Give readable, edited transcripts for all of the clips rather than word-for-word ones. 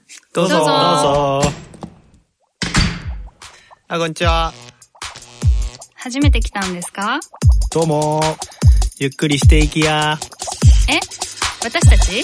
どうぞ。あ、こんにちは。 初めて来たんですか？ どうも。ゆっくりしていきや。 え？私たち？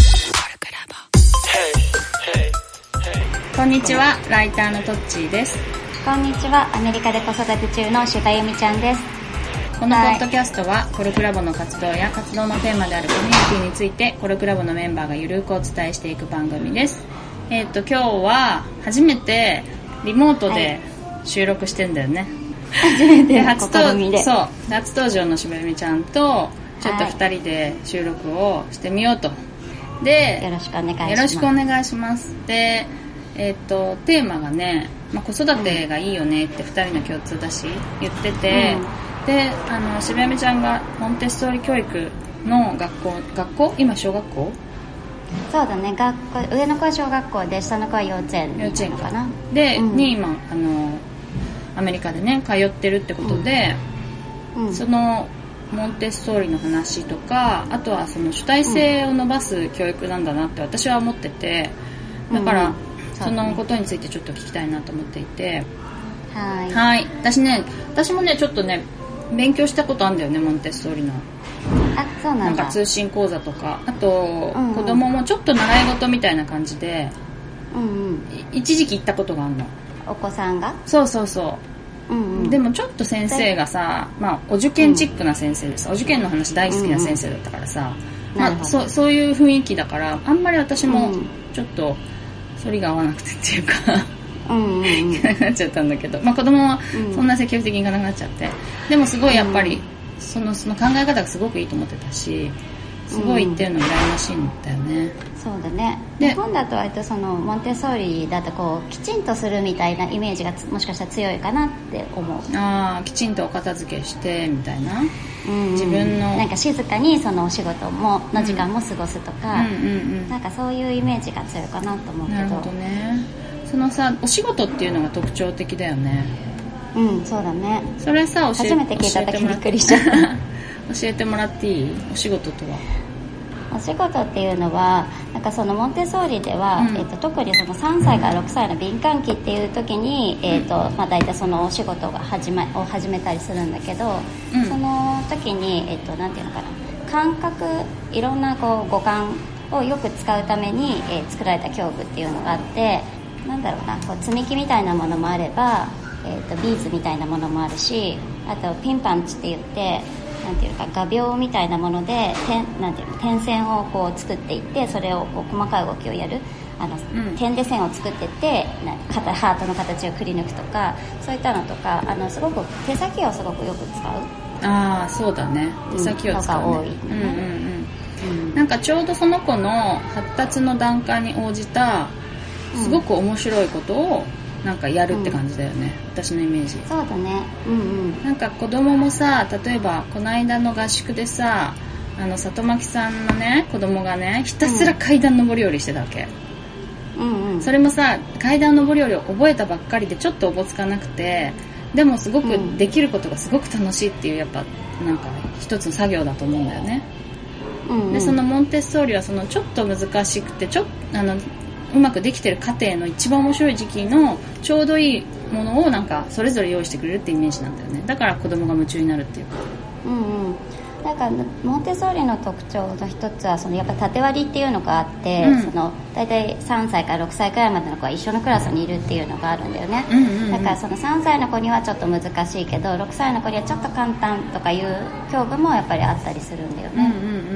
こんにちは、ライターのトッチーです。 こんにちは、アメリカで子育て中のシュガユミちゃんです。 このポッドキャストはコルクラボの活動や活動のテーマであるコミュニティについてコルクラボのメンバーがゆるくお伝えしていく番組です。今日は初めてリモートで収録してんだよね。 初めての試みで。 そう、初登場のしばゆみちゃんとちょっと2人で収録をしてみようと。で、 よろしくお願いします。 よろしくお願いします。で、テーマがね、子育てがいいよねって2人の共通だし言ってて、で、しばゆみちゃんがモンテッソーリ教育の学校今小学校？ そうだね、上の子は小学校で下の子は幼稚園なのかな。 で、に今アメリカでね通ってるってことで、そのモンテッソーリの話とか、あとはその主体性を伸ばす教育なんだなって私は思ってて、だから、そのことについてちょっと聞きたいなと思っていて、はい。私もねちょっとね勉強したことあるんだよね、モンテッソーリの。 あ、そうなんだ。 なんか通信講座とか、あと、子供もちょっと習い事みたいな感じで、一時期行ったことがあるの。 お子さんが？ そう、でもちょっと先生がさ、お受験チックな先生です。お受験の話大好きな先生だったからさ、そういう雰囲気だからあんまり私もちょっと反りが合わなくてっていうか行かなくなっちゃったんだけど、子供はそんな積極的に行かなくなっちゃって、でもすごいやっぱりその考え方がすごくいいと思ってたし、すごい言ってるの羨ましいんだよね。 そうだね。日本だと割とそのモンテッソーリだとこうきちんとするみたいなイメージがもしかしたら強いかなって思う。 きちんとお片付けしてみたいな、自分のなんか静かにそのお仕事の時間も過ごすとか、なんかそういうイメージが強いかなと思うけど。 なるほどね。そのさ、お仕事っていうのが特徴的だよね。 そうだね。 それさ、 初めて聞いた時びっくりしちゃった教えてもらっていい？お仕事とは？ お仕事っていうのはなんかそのモンテッソーリでは、特にその3歳から6歳の敏感期っていう時に、大体そのお仕事が始めたりするんだけど、その時に、なんていうのかな、感覚、いろんなこう五感をよく使うために、作られた教具っていうのがあって、なんだろうな、こう積み木みたいなものもあれば、ビーズみたいなものもあるし、あとピンパンチって言ってなんていうか画鋲みたいなもので点線をこう作っていって、それをこう細かい動きをやる点で線を作っていってハートの形をくり抜くとか、そういったのとかすごく手先をすごくよく使う。 そうだね、手先を使う、ね、 のが多い、 なんかちょうどその子の発達の段階に応じたすごく面白いことをなんかやるって感じだよね、私のイメージ。 そうだね。 なんか子供もさ、例えばこの間の合宿でさ、里巻さんのね子供がねひたすら階段上り下りしてたわけ。それもさ、階段上り下りを覚えたばっかりでちょっとおぼつかなくて、でもすごくできることがすごく楽しいっていう、やっぱなんか一つの作業だと思うんだよね。でそのモンテッソーリはそのちょっと難しくてうまくできてる過程の一番面白い時期のちょうどいいものをなんかそれぞれ用意してくれるってイメージなんだよね。だから子供が夢中になるっていうか。 なんかモンテッソーリの特徴の一つはやっぱ縦割りっていうのがあって、だいたい3歳から6歳くらいまでの子は一緒のクラスにいるっていうのがあるんだよね。だからその3歳の子にはちょっと難しいけど6歳の子にはちょっと簡単とかいう教具もやっぱりあったりするんだよね。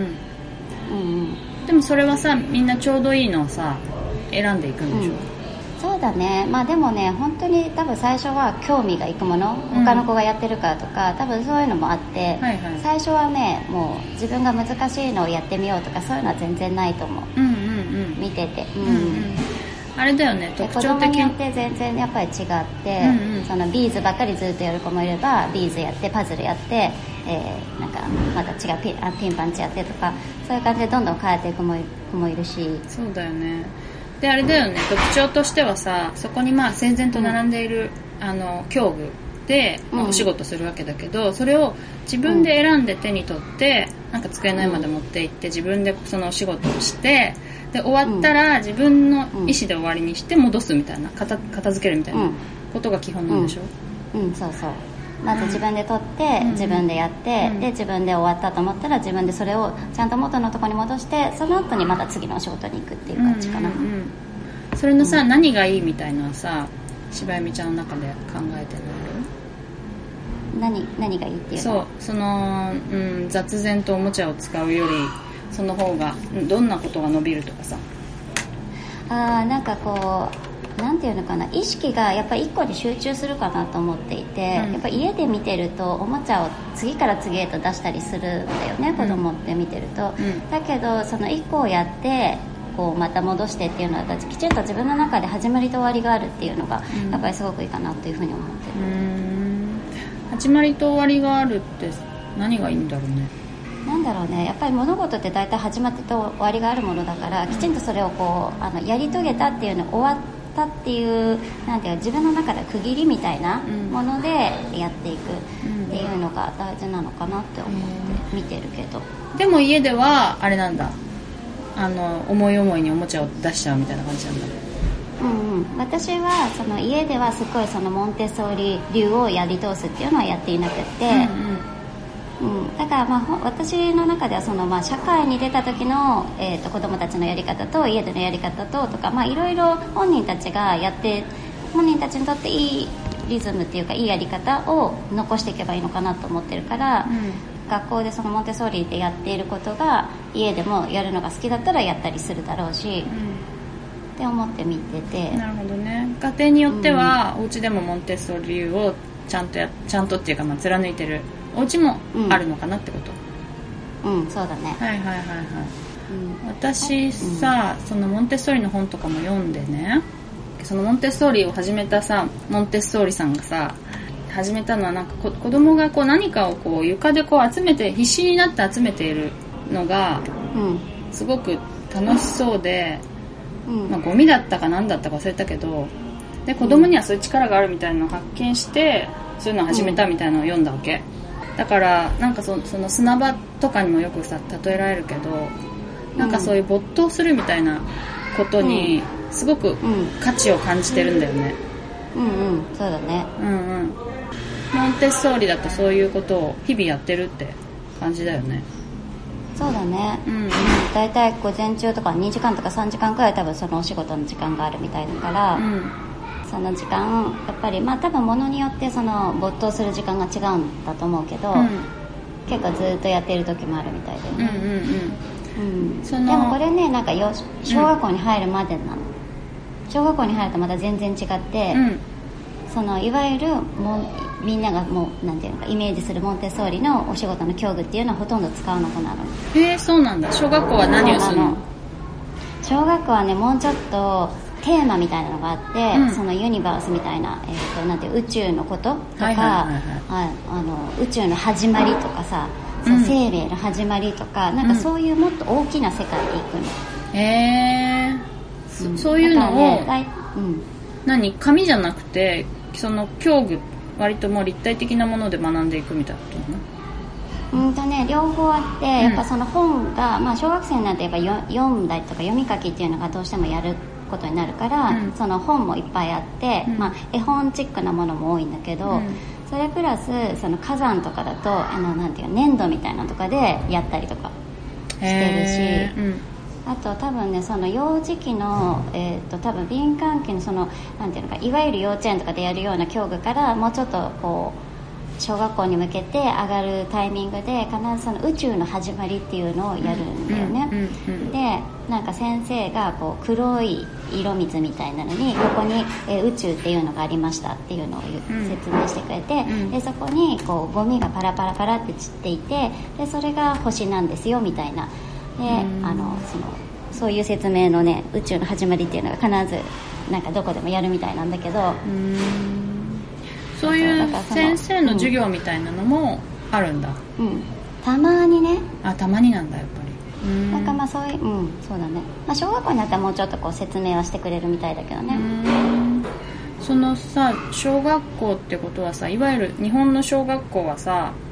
でもそれはさ、みんなちょうどいいのをさ選んでいくんでしょ。 そうだね。でもね、本当に多分最初は興味がいくもの、他の子がやってるからとか、多分そういうのもあって、最初はね、もう自分が難しいのをやってみようとかそういうのは全然ないと思う。見てて、 あれだよね、特徴的。 子供によって全然やっぱり違って、そのビーズばっかりずっとやる子もいれば、ビーズやってパズルやって、なんかまた違うピンパンチやってとか、そういう感じでどんどん変えていく子もいるし。 そうだよね。であれだよね、特徴としてはさ、そこに整然と並んでいる、教具で、お仕事するわけだけど、それを自分で選んで手に取って、なんか机の上まで持って行って自分でそのお仕事をして、 で終わったら自分の意思で終わりにして戻すみたいな、片付けるみたいなことが基本なんでしょ。 そうそう。まず自分で取って自分でやって、で自分で終わったと思ったら自分でそれをちゃんと元のところに戻して、その後にまた次のお仕事に行くっていう感じかな。 それのさ、何がいいみたいなのはさ、柴弓ちゃんの中で考えてるのある？何がいいっていうの？そう、その、雑然とおもちゃを使うよりその方がどんなことが伸びるとかさ。 なんかこうなんていうのかな、意識がやっぱり一個に集中するかなと思っていて、やっぱり家で見てるとおもちゃを次から次へと出したりするんだよね、子供って見てると、だけどその一個をやってこうまた戻してっていうのはきちんと自分の中で始まりと終わりがあるっていうのがやっぱりすごくいいかなというふうに思ってる。 始まりと終わりがあるって何がいいんだろうね。 なんだろうね、やっぱり物事って大体始まってと終わりがあるものだから、きちんとそれをこうやり遂げたっていうの終わったっていうなんていう自分の中で区切りみたいなものでやっていくっていうのが大事なのかなって思って見てるけど、 でも家ではあれなんだ、思い思いにおもちゃを出しちゃうみたいな感じなんだ。 私はその家ではすごいそのモンテッソーリ流をやり通すっていうのはやっていなくて、だから私の中ではその社会に出た時の、子供たちのやり方と家でのやり方とかいろいろ本人たちがやって本人たちにとっていいリズムっていうかいいやり方を残していけばいいのかなと思ってるから、学校でそのモンテッソーリでやっていることが家でもやるのが好きだったらやったりするだろうし、って思って見てて。なるほどね。 家庭によっては、お家でもモンテッソーリ流をちゃんとっていうか貫いてるお家もあるのかなってこと。 そうだね。 私さ、そのモンテッソーリの本とかも読んでね、そのモンテッソーリを始めたさモンテッソーリさんがさ始めたのはなんか子供がこう何かをこう床でこう集めて必死になって集めているのがすごく楽しそうで、ゴミだったか何だったか忘れたけど、で子供にはそういう力があるみたいなのを発見してそういうのを始めたみたいなのを読んだわけ。だからなんかその砂場とかにもよくさ例えられるけど、なんかそういう没頭するみたいなことにすごく価値を感じてるんだよね。 そうだね。 モンテッソーリだとそういうことを日々やってるって感じだよね。 そうだね。だいたい午前中とか2時間とか3時間くらい多分そのお仕事の時間があるみたいだから、その時間やっぱり多分物によってその没頭する時間が違うんだと思うけど、結構ずっとやってる時もあるみたいでね。でもこれねなんか小学校に入るまでなの。小学校に入るとまた全然違って、そのいわゆるみんながもうなんていうのかイメージするモンテッソーリのお仕事の教具っていうのはほとんど使わなくなる。 そうなんだ。小学校は何をするの？ 小学校はねもうちょっとテーマみたいなのがあって、そのユニバースみたいな、なんていう宇宙のこととか、宇宙の始まりとかさ、生命の始まりとか、なんかそういうもっと大きな世界で行くの。そういうのを、 何紙じゃなくてその教具割ともう立体的なもので学んでいくみたいなことなの？ 両方あって、やっぱその本が、小学生になってやっぱ読んだりとか読み書きっていうのがどうしてもやることになるから、その本もいっぱいあって、絵本チックなものも多いんだけど、それプラスその火山とかだとなんていう粘土みたいなのとかでやったりとかしてるし、あと多分ねその幼児期の、多分敏感期のそのなんていうのかいわゆる幼稚園とかでやるような教具からもうちょっとこう小学校に向けて上がるタイミングで必ずその宇宙の始まりっていうのをやるんだよね。でなんか先生がこう黒い色水みたいなのにここに、宇宙っていうのがありましたっていうのを説明してくれて、でそこにこうゴミがパラパラパラって散っていて、でそれが星なんですよみたいな。でそういう説明のね宇宙の始まりっていうのが必ずなんかどこでもやるみたいなんだけど、 そういう先生の授業みたいなのもあるんだ。 たまにね。 たまになんだやっぱり。 なんかそういうそうだね。小学校になったらもうちょっとこう説明はしてくれるみたいだけどね。 そのさ小学校ってことはさ、いわゆる日本の小学校はさ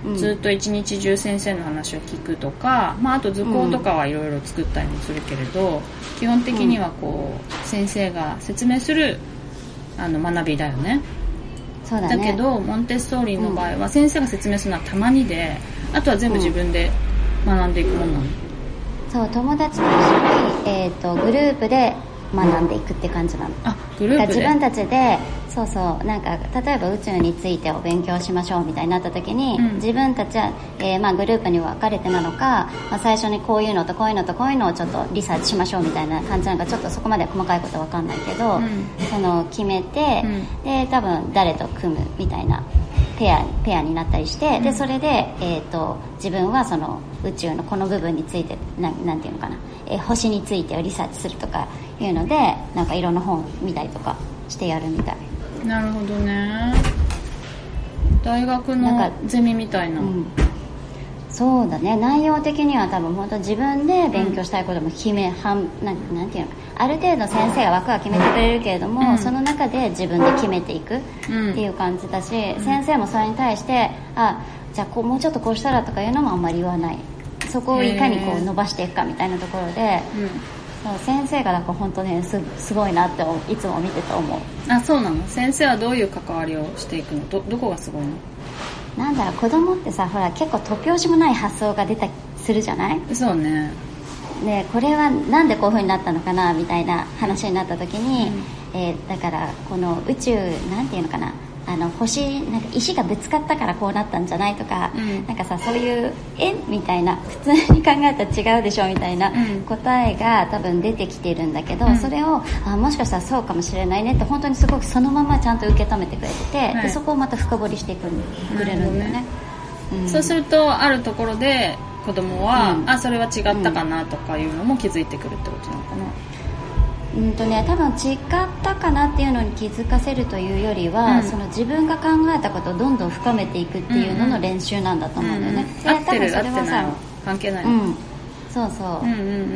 ずっと一日中先生の話を聞くとか、あと図工とかはいろいろ作ったりもするけれど、基本的にはこう先生が説明する学びだよね。 そうだね。 だけどモンテッソーリの場合は先生が説明するのはたまにで、あとは全部自分で学んでいくものなの。 そう、友達と一緒に、グループで学んでいくって感じなの。 グループで自分たちでなんか例えば宇宙についてを勉強しましょうみたいになった時に、自分たちは、グループに分かれてなのか、最初にこういうのとこういうのとこういうのをちょっとリサーチしましょうみたいな感じなんか、ちょっとそこまで細かいことは分かんないけど、決めて、で多分誰と組むみたいなペアになったりして、でそれで、自分はその宇宙のこの部分についてなんていうのかな、星についてをリサーチするとかいうので、なんかいろんな本見たりとかしてやるみたい。 なるほどね。大学のゼミみたいな。 そうだね。内容的には多分本当自分で勉強したいこともなんていうのか、ある程度先生が枠は決めてくれるけれども、その中で自分で決めていくっていう感じだし、先生もそれに対してじゃあもうちょっとこうしたらとかいうのもあんまり言わない。そこをいかにこう伸ばしていくかみたいなところで、先生がなんか本当ねすごいなっていつも見てて思う。 そうなの。先生はどういう関わりをしていくの？どこがすごいの？ なんだろう、子供ってさ、ほら結構突拍子もない発想が出たりするじゃない？ そうね。 でこれはなんでこういう風になったのかなみたいな話になった時に、だからこの宇宙なんていうのかな、星なんか石がぶつかったからこうなったんじゃないとか、なんかさ、そういうみたいな、普通に考えたら違うでしょみたいな答えが多分出てきてるんだけど、それをもしかしたらそうかもしれないねって本当にすごくそのままちゃんと受け止めてくれてて、でそこをまた深掘りしてくれるんだよね。 そうするとあるところで子供は、それは違ったかなとかいうのも気づいてくるってことなのかな。 多分違ったかなっていうのに気づかせるというよりは、その自分が考えたことをどんどん深めていくっていうのの練習なんだと思うんだよね。 合ってる合ってない関係ない。 そうそう。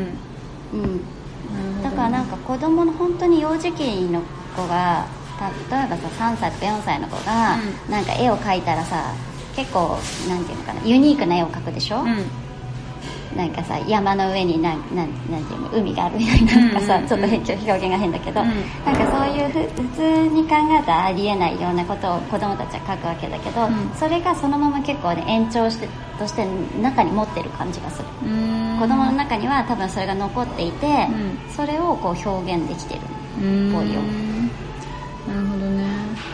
だからなんか子供の本当に幼児期の子が、例えばさ3歳とか4歳の子がなんか絵を描いたらさ、結構なんていうのかな、ユニークな絵を描くでしょ。なんかさ、山の上になんていうの、海があるみたいなとかさ、ちょっと表現が変だけど、なんかそういう普通に考えたらありえないようなことを子供たちは書くわけだけど、それがそのまま結構ね、延長として中に持ってる感じがする。子供の中には多分それが残っていて、それをこう表現できてるっぽいよ。 なるほどね。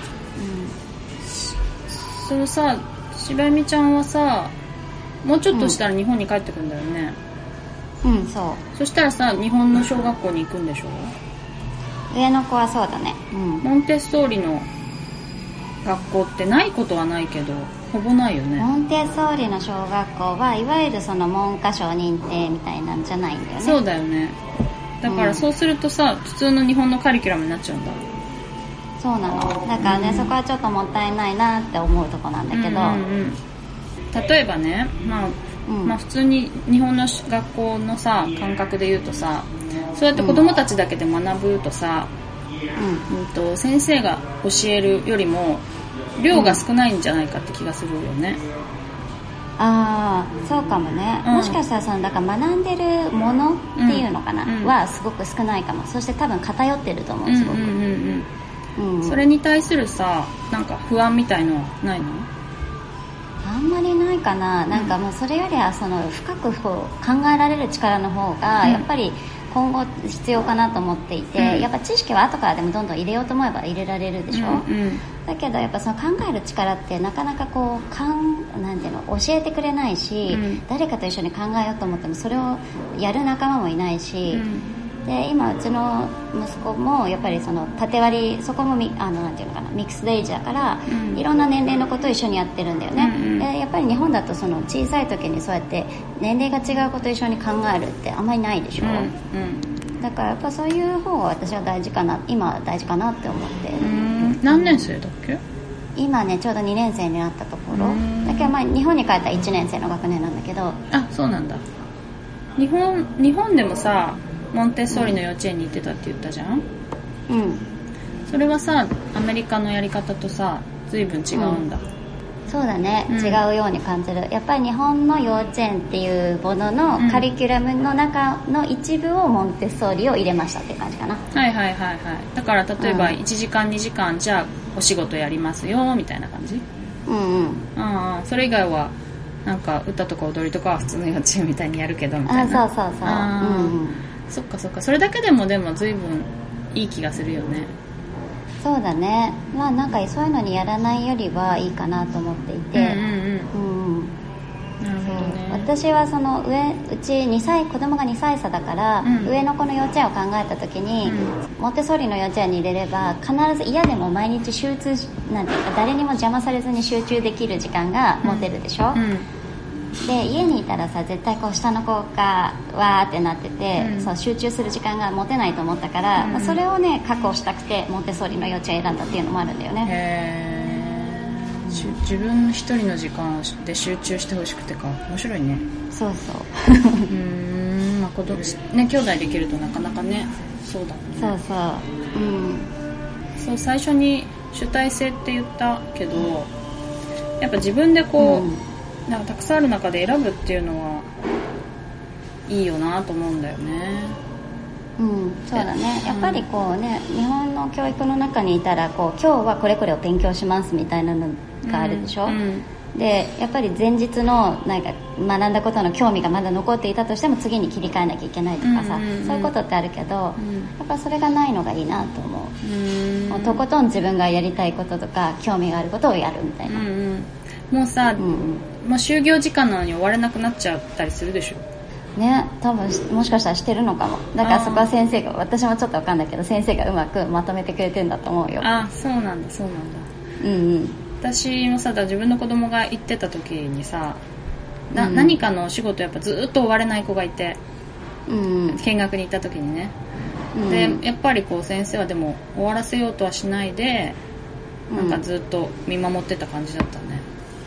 それさ、柴弓ちゃんはさ、もうちょっとしたら日本に帰ってくるんだよね。 そう。 そしたらさ、日本の小学校に行くんでしょ？ 上の子はそうだね。 モンテッソーリの学校ってないことはないけど、ほぼないよね。 モンテッソーリの小学校はいわゆるその文科省認定みたいなんじゃないんだよね。 そうだよね。だからそうするとさ、普通の日本のカリキュラムになっちゃうんだ。 そうなの。だからね、そこはちょっともったいないなって思うとこなんだけど、 例えばね、普通に日本の学校のさ感覚で言うとさ、そうやって子供たちだけで学ぶとさ、先生が教えるよりも量が少ないんじゃないかって気がするよね。 そうかもね。もしかしたらだから学んでるものっていうのかな、はすごく少ないかも。そして多分偏ってると思う、すごく。 それに対するさ、なんか不安みたいのはないの？ あんまりないかな。なんかもうそれよりはその深く考えられる力の方がやっぱり今後必要かなと思っていて、やっぱ知識は後からでもどんどん入れようと思えば入れられるでしょ。だけどやっぱその考える力ってなかなかこうなんていうの、教えてくれないし、誰かと一緒に考えようと思ってもそれをやる仲間もいないし、で今うちの息子もやっぱりその縦割り、そこもなんていうのかな、ミックスデイジだから、いろんな年齢のことを一緒にやってるんだよね。でやっぱり日本だとその小さい時にそうやって年齢が違うことを一緒に考えるってあんまりないでしょ。だからやっぱそういう方が私は今は大事かなって思ってる。 何年生だっけ？ 今ねちょうど2年生になったところだけど、日本に帰ったら1年生の学年なんだけど。 そうなんだ。日本でもさ、モンテッソーリの幼稚園に行ってたって言ったじゃん。 それはさ、アメリカのやり方とさ随分違うんだ。 そうだね、違うように感じる。やっぱり日本の幼稚園っていうもののカリキュラムの中の一部をモンテッソーリを入れましたって感じかな。 はいはいはいはい。だから例えば1時間2時間じゃあお仕事やりますよみたいな感じ。それ以外はなんか歌とか踊りとかは普通の幼稚園みたいにやるけどみたいな。 そうそっかそっか。それだけでも随分いい気がするよね。 そうだね。まあなんかそういうのにやらないよりはいいかなと思っていて、なるほどね。私はそのうち2歳子供が2歳差だから、上の子の幼稚園を考えた時に、モンテッソーリの幼稚園に入れれば必ず嫌でも毎日なんていうか誰にも邪魔されずに集中できる時間が持てるでしょ。で家にいたらさ絶対こう下の子がわーってなってて、そう集中する時間が持てないと思ったから、それをね確保したくてモンテッソーリの幼稚園を選んだっていうのもあるんだよね。 自分一人の時間で集中してほしくてか。面白いね。 そうそうまあ子供ね兄弟できるとなかなかね。そうだね。そう最初に主体性って言ったけど、やっぱ自分でこう、なんかたくさんある中で選ぶっていうのはいいよなと思うんだよね。 そうだね。やっぱりこうね、日本の教育の中にいたらこう今日はこれこれを勉強しますみたいなのがあるでしょ。でやっぱり前日のなんか学んだことの興味がまだ残っていたとしても次に切り替えなきゃいけないとかさ、そういうことってあるけど、やっぱそれがないのがいいなと思う。もうとことん自分がやりたいこととか興味があることをやるみたいな。 もうさ、もう就業時間なのに終われなくなっちゃったりするでしょ。 ね、多分もしかしたらしてるのかも。だからそこは先生が、私もちょっと分かんないけど先生がうまくまとめてくれてるんだと思うよ。 そうなんだそうなんだ。私もさ自分の子供が行ってた時にさ、何かのお仕事やっぱずっと終われない子がいて、見学に行った時にね、でやっぱりこう先生はでも終わらせようとはしないでなんかずっと見守ってた感じだったね。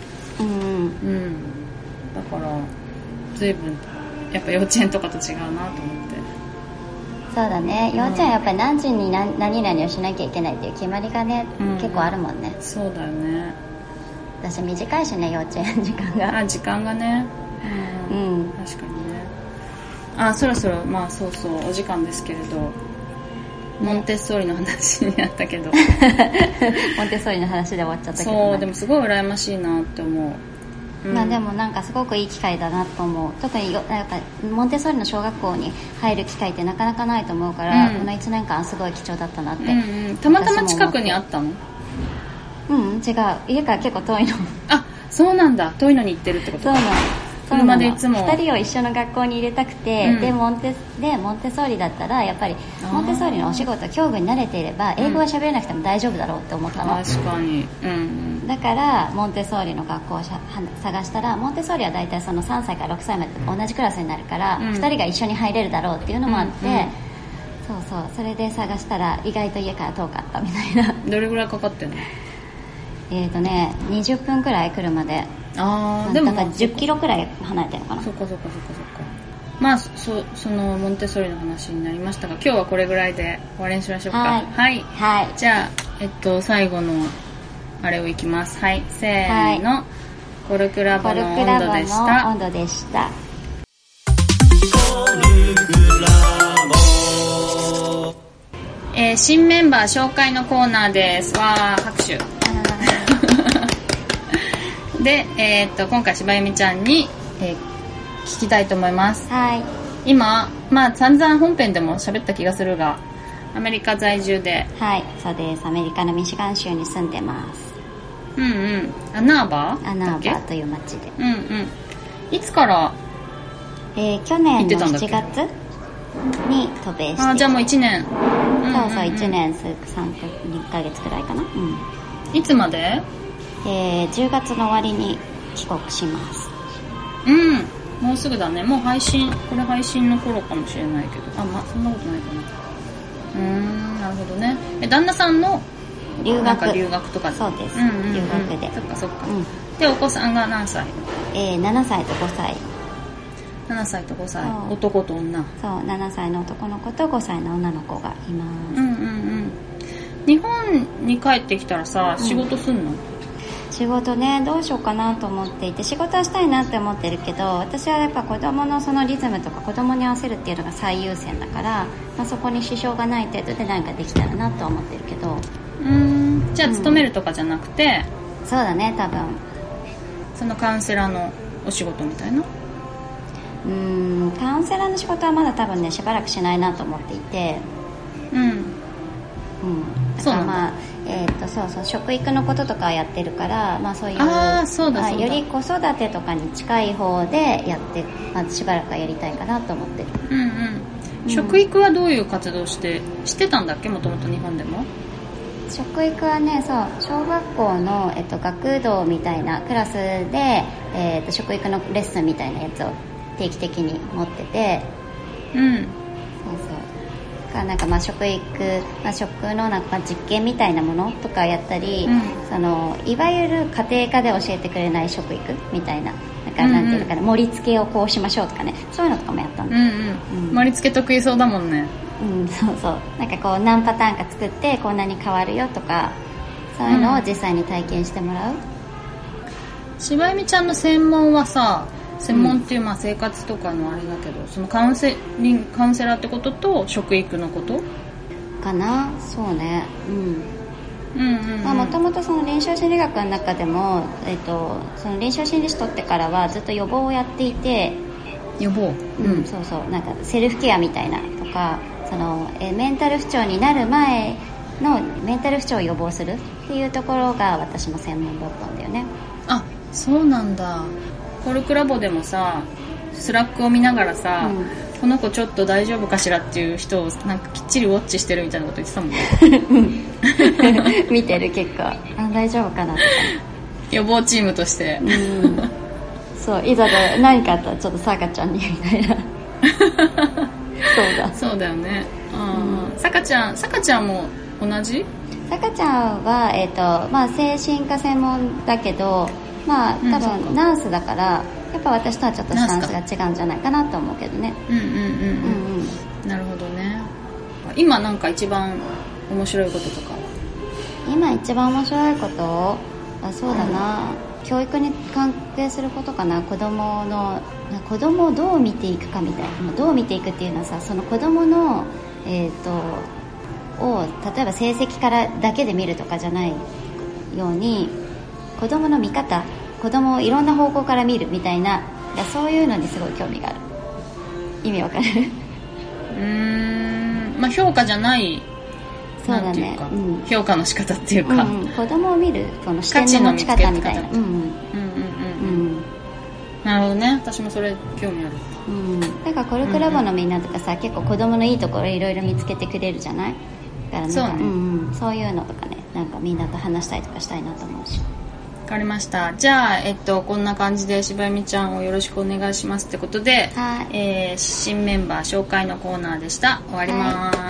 だから随分やっぱ幼稚園とかと違うなと思って。 そうだね。幼稚園はやっぱり何時に何々をしなきゃいけないっていう決まりがね、結構あるもんね。 そうだよね。 私短いしね幼稚園時間が。 時間がね。確かにね。そろそろそうお時間ですけれど、モンテッソーリの話になったけどモンテッソーリの話で終わっちゃったけど、 そうでもすごい羨ましいなって思う。 でもなんかすごくいい機会だなと思う。特にやっぱモンテッソーリの小学校に入る機会ってなかなかないと思うから、この1年間すごい貴重だったなって、 たまたま近くにあったの？ 違う、家から結構遠いの。 そうなんだ。遠いのに行ってるってこと？そうなの。車でいつも 2人を一緒の学校に入れたくて、でモンテッソーリだったらやっぱりモンテッソーリのお仕事教具に慣れていれば英語は喋れなくても大丈夫だろうって思ったの。 確かに。 だからモンテッソーリの学校を探したら、モンテッソーリは大体その3歳から6歳まで同じクラスになるから、2人が一緒に入れるだろうっていうのもあって、それで探したら意外と家から遠かったみたいな。 どれぐらいかかってんの ？20分くらい車で。でも10キロくらい離れてるのかな。 そっか。そのモンテッソーリの話になりましたが、今日はこれぐらいで終わりにしましょうか。はい。じゃあ最後のあれをいきます。せーの。コルクラボの温度でした。 温度でした。 新メンバー紹介のコーナーです。拍手。で、今回柴由美ちゃんに、聞きたいと思います。今、散々本編でも喋った気がするが、アメリカ在住で。 そうです。アメリカのミシガン州に住んでます。 アナーバーという町で。 いつから？ 去年の7月に渡米して。 じゃあもう1年。 そう1年2ヶ月くらいかな。 いつまで ？10月の終わりに帰国します。 もうすぐだね。もうこれ配信の頃かもしれないけど、そんなことないかな。なるほどね。旦那さんの留学とかで。 そうです。留学で。 そっか。でお子さんが何歳 ？7歳と5歳。 7歳と5歳。男と女。 そう、7歳の男の子と5歳の女の子がいます。 日本に帰ってきたらさ、仕事すんの？ 仕仕事ね、どうしようかなと思っていて、仕事はしたいなって思ってるけど、私はやっぱ子供のそのリズムとか子供に合わせるっていうのが最優先だから、そこに支障がない程度で何かできたらなとは思ってるけど。 じゃあ勤めるとかじゃなくて、 そうだね、多分そのカウンセラーのお仕事みたいな。 カウンセラーの仕事はまだ多分ねしばらくしないなと思っていて、だからまあそう食育のこととかやってるから、そういうそうだより子育てとかに近い方でやって、しばらくはやりたいかなと思ってる。 食育はどういう活動してたんだっけ、もともと日本でも。 食育はね、小学校の、学童みたいなクラスで、食育のレッスンみたいなやつを定期的に持ってて、なんか食育、食のなんか実験みたいなものとかやったり、いわゆる家庭科で教えてくれない食育みたいな、なんていうのかな、盛り付けをこうしましょうとかね、そういうのとかもやったんだ。 盛り付け得意そうだもんね。 なんかこう何パターンか作ってこんなに変わるよとか、そういうのを実際に体験してもらう。 柴由美ちゃんの専門はさ、専門っていう生活とかのあれだけど、そのカウンセラーってことと食育のことかな。そうね。もともとその臨床心理学の中でも、その臨床心理士取ってからはずっと予防をやっていて。 予防、 なんかセルフケアみたいなとか、そのメンタル不調になる前のメンタル不調を予防するっていうところが私の専門だったんだよね。 そうなんだ。コルクラボでもさ、スラックを見ながらさ、この子ちょっと大丈夫かしらっていう人をなんかきっちりウォッチしてるみたいなこと言ってたもんね。 見てる結果、大丈夫かなとか予防チームとして、 いざで何かあったらちょっとさかちゃんにみたいな。 そうだよね。さかちゃんも同じ？ さかちゃんは、精神科専門だけど、多分ナースだからやっぱ私とはちょっとスタンスが違うんじゃないかなと思うけどね。 なるほどね。今なんか一番面白いこととかは？ 今一番面白いことはそうだな、教育に関係することかな。子供をどう見ていくかみたいな。どう見ていくっていうのはさ、その子供のを例えば成績からだけで見るとかじゃないように、子供の見方、子供をいろんな方向から見るみたいな、そういうのにすごい興味がある。意味わかる？ 評価じゃない、 そうだね、 評価の仕方っていうか、 子供を見るこの視点の持ち方みたいな。 なるほどね。私もそれ興味ある。 だからコルクラボのみんなとかさ、結構子供のいいところいろいろ見つけてくれるじゃない。だからそういうのとかね、なんかみんなと話したりとかしたいなと思うし。 わかりました。じゃあ、こんな感じで柴由美ちゃんをよろしくお願いしますってことで、新メンバー紹介のコーナーでした。終わります。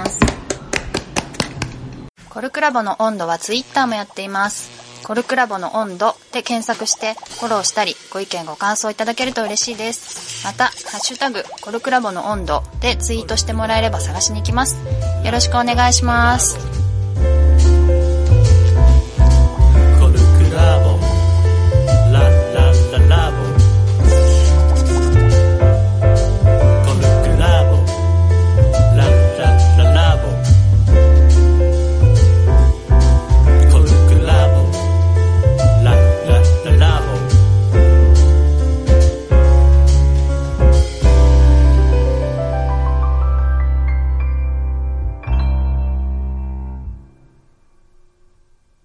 コルクラボの温度はツイッターもやっています。コルクラボの温度で検索してフォローしたり、ご意見ご感想いただけると嬉しいです。またハッシュタグコルクラボの温度でツイートしてもらえれば探しに行きます。よろしくお願いします。